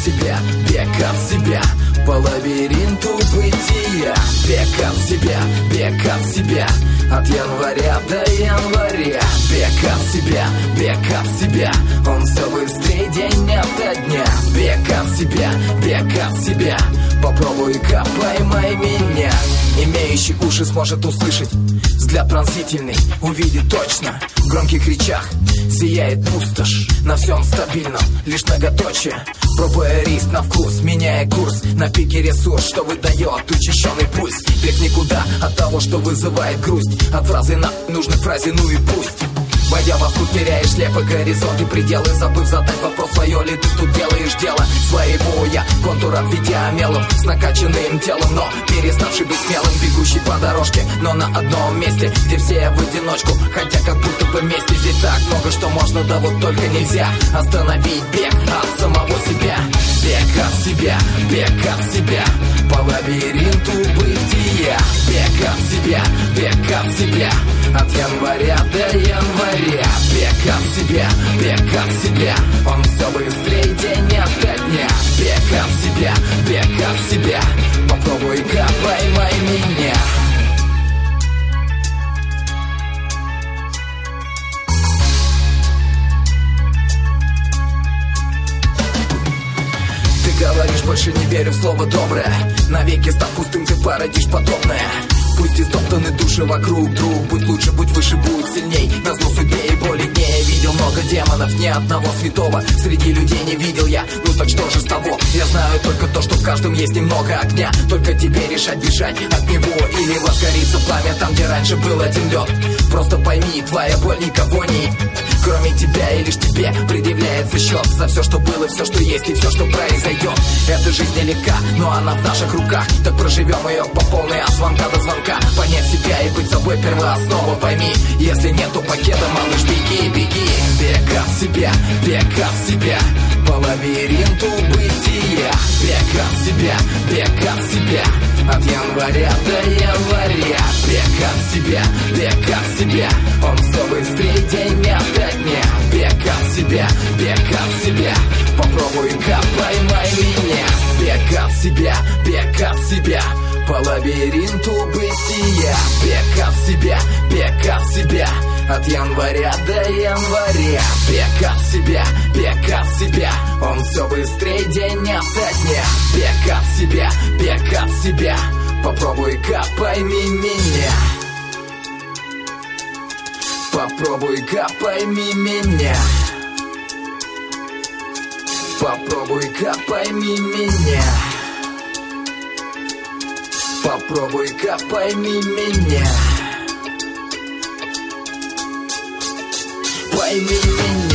себя, бег от себя по лабиринту бытия. Бег от себя, бег от себя, от января до января. Бег от себя, бег от себя, он все быстрее день ото дня. Бег от себя, бег от себя, попробуй-ка поймай меня. Имеющий уши сможет услышать, взгляд пронзительный увидит точно. В громких речах сияет пустошь, на всем стабильном лишь многоточие. Пробуя риск на вкус, меняя курс, на пике ресурс, что выдает учащенный пульс. Бег никуда от того, что вызывает грусть, от фразы на нужной фразе ну и пусть. Войдя во вкус, теряешь слепо горизонты, пределы, забыв задать вопрос, свое ли ты тут делаешь дело своего я. Контур обведя мелом, с накачанным телом, но переставший быть смелым, бегущий по дорожке, но на одном месте, где все в одиночку, хотя как будто бы вместе. Здесь так много, что можно, да вот только нельзя остановить бег от самого себя. Бег от себя, бег от себя по лабиринту бытия. Бег от себя, бег от себя, от января до января. Бег от себя, бег от себя, он все быстрее день ото дня. Бег от себя, бег от себя, попробуй-ка поймай меня. Ты говоришь, больше не верю в слово доброе, навеки став пустым, ты породишь подобное. Пусть истоптаны души вокруг друг, будь лучше, будь выше, будь сильней. Назло судьбе и боли не видел много демонов, ни одного святого среди людей не видел я. Ну так что же с того? Я знаю только то, что в каждом есть немного огня. Только тебе решать, бежать от него или возгорится пламя там, где раньше был один лед. Просто пойми, твоя боль никого не... Кроме тебя и лишь тебе предъявляется счет за все, что было, все, что есть и все, что произойдет. Эта жизнь нелегка, но она в наших руках. Так проживем ее по полной от звонка до звонка. Понять себя и быть собой первооснова. Пойми, если нету пакета, малыш, беги, беги. Бег от себя, бег от себя по лабиринту бытия. Бег от себя, бег от себя, от января до января. Бег от себя, бег от себя, он все быстрее день ото дня. Бег от себя, бег от себя, попробуй-ка поймай меня. Бег от себя, бег от себя по лабиринту бытия. Бег от себя, бег от себя, от января до января. Бег от себя, бег от себя, он все быстрее день ото дня. Бег от себя, бег от себя, попробуй-ка пойми меня. Попробуй-ка пойми меня. Попробуй-ка пойми меня. Попробуй-ка пойми меня. Пойми меня.